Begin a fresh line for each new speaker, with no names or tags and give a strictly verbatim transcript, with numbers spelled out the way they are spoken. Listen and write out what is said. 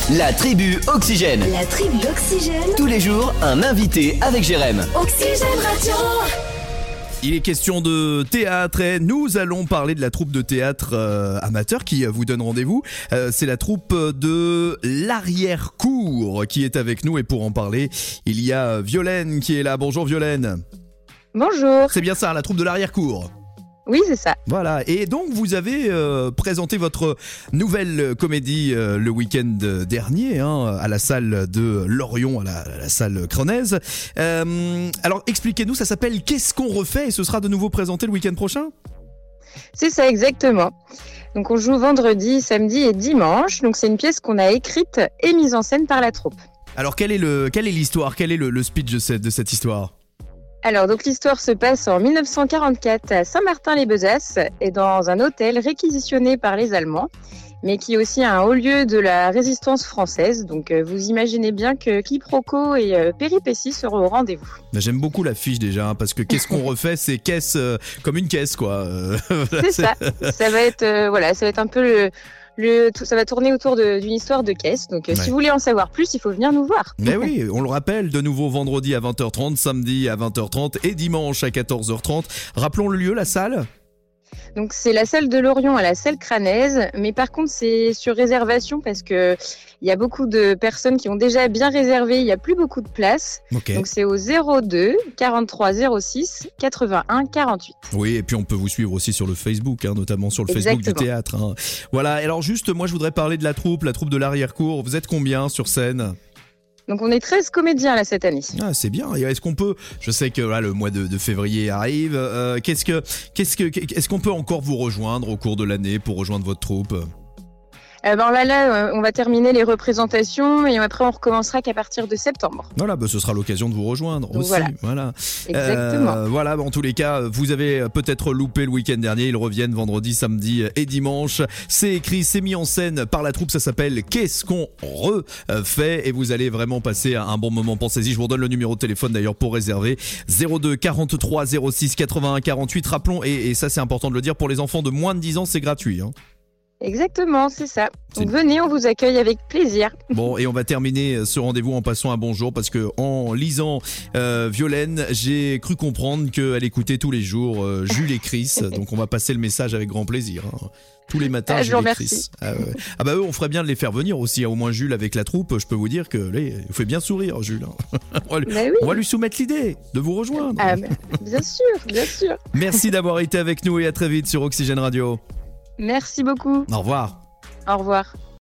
La tribu Oxygène.
La tribu Oxygène.
Tous les jours, un invité avec Jérém.
Oxygène Radio.
Il est question de théâtre et nous allons parler de la troupe de théâtre euh, amateur qui vous donne rendez-vous. Euh, c'est la troupe de l'arrière-cour qui est avec nous et pour en parler, il y a Violaine qui est là. Bonjour Violaine.
Bonjour.
C'est bien ça, la troupe de l'arrière-cour.
Oui, c'est ça.
Voilà, et donc vous avez euh, présenté votre nouvelle comédie euh, le week-end dernier hein, à la salle de Lorion, à la, à la salle Crenaise. Euh, alors expliquez-nous, ça s'appelle Qu'est-ce qu'on refait et ce sera de nouveau présenté le week-end prochain ?
C'est ça, exactement. Donc on joue vendredi, samedi et dimanche. Donc c'est une pièce qu'on a écrite et mise en scène par la troupe.
Alors quelle est, le, quelle est l'histoire ? Quel est le, le speech de cette, de cette histoire ?
Alors, donc l'histoire se passe en dix-neuf cent quarante-quatre à Saint-Martin-les-Besaces et dans un hôtel réquisitionné par les Allemands, mais qui est aussi un haut lieu de la résistance française. Donc, euh, vous imaginez bien que quiproquos et euh, péripéties seront au rendez-vous.
J'aime beaucoup l'affiche déjà, hein, parce que qu'est-ce qu'on refait, c'est caisse euh, comme une caisse, quoi. Euh,
c'est ça. Ça va être, euh, voilà, ça va être un peu le. Le, tout, ça va tourner autour de, d'une histoire de caisse. Donc, euh, ouais. Si vous voulez en savoir plus, il faut venir nous voir.
Mais oui, on le rappelle, de nouveau vendredi à vingt heures trente, samedi à vingt heures trente et dimanche à quatorze heures trente. Rappelons le lieu, la salle ?
Donc, c'est la salle de Lorion à la salle Crenaise. Mais par contre, c'est sur réservation parce que il y a beaucoup de personnes qui ont déjà bien réservé. Il n'y a plus beaucoup de place. Okay. Donc, c'est au zéro deux quarante-trois zéro six quatre-vingt-un quarante-huit.
Oui, et puis on peut vous suivre aussi sur le Facebook, hein, notamment sur le
Exactement.
Facebook du théâtre. Hein. Voilà, alors juste, moi je voudrais parler de la troupe, la troupe de l'arrière-cour. Vous êtes combien sur scène ?
Donc on est treize comédiens là cette année.
Ah c'est bien. Et est-ce qu'on peut, je sais que là le mois de, de février arrive. Euh, qu'est-ce que, qu'est-ce que, est-ce qu'on peut encore vous rejoindre au cours de l'année pour rejoindre votre troupe ?
Euh, ben là, là, on va terminer les représentations et après on recommencera qu'à partir de septembre.
Voilà, bah, ce sera l'occasion de vous rejoindre
Donc
aussi.
Voilà.
voilà.
Exactement.
Euh, voilà, en tous les cas, vous avez peut-être loupé le week-end dernier. Ils reviennent vendredi, samedi et dimanche. C'est écrit, c'est mis en scène par la troupe. Ça s'appelle Qu'est-ce qu'on refait ? Et vous allez vraiment passer un bon moment. Pensez-y. Je vous redonne le numéro de téléphone d'ailleurs pour réserver. zéro deux quarante-trois zéro six quatre-vingt-un quarante-huit. Rappelons, et, et ça c'est important de le dire, pour les enfants de moins de dix ans, c'est gratuit. Hein.
Exactement, c'est ça. Donc venez, on vous accueille avec plaisir.
Bon, et on va terminer ce rendez-vous en passant un bonjour parce que en lisant euh, Violaine, j'ai cru comprendre qu'elle écoutait tous les jours euh, Jules et Chris. Donc on va passer le message avec grand plaisir. Hein. Tous les matins,
ah,
Jules et Chris. Ah, ouais. ah bah eux, on ferait bien de les faire venir aussi. Au moins Jules avec la troupe, je peux vous dire que là, il fait bien sourire, Jules. on, va lui,
bah oui.
on va lui soumettre l'idée de vous rejoindre.
Ah, bah, bien sûr, bien sûr.
Merci d'avoir été avec nous et à très vite sur Oxygène Radio.
Merci beaucoup.
Au revoir.
Au revoir.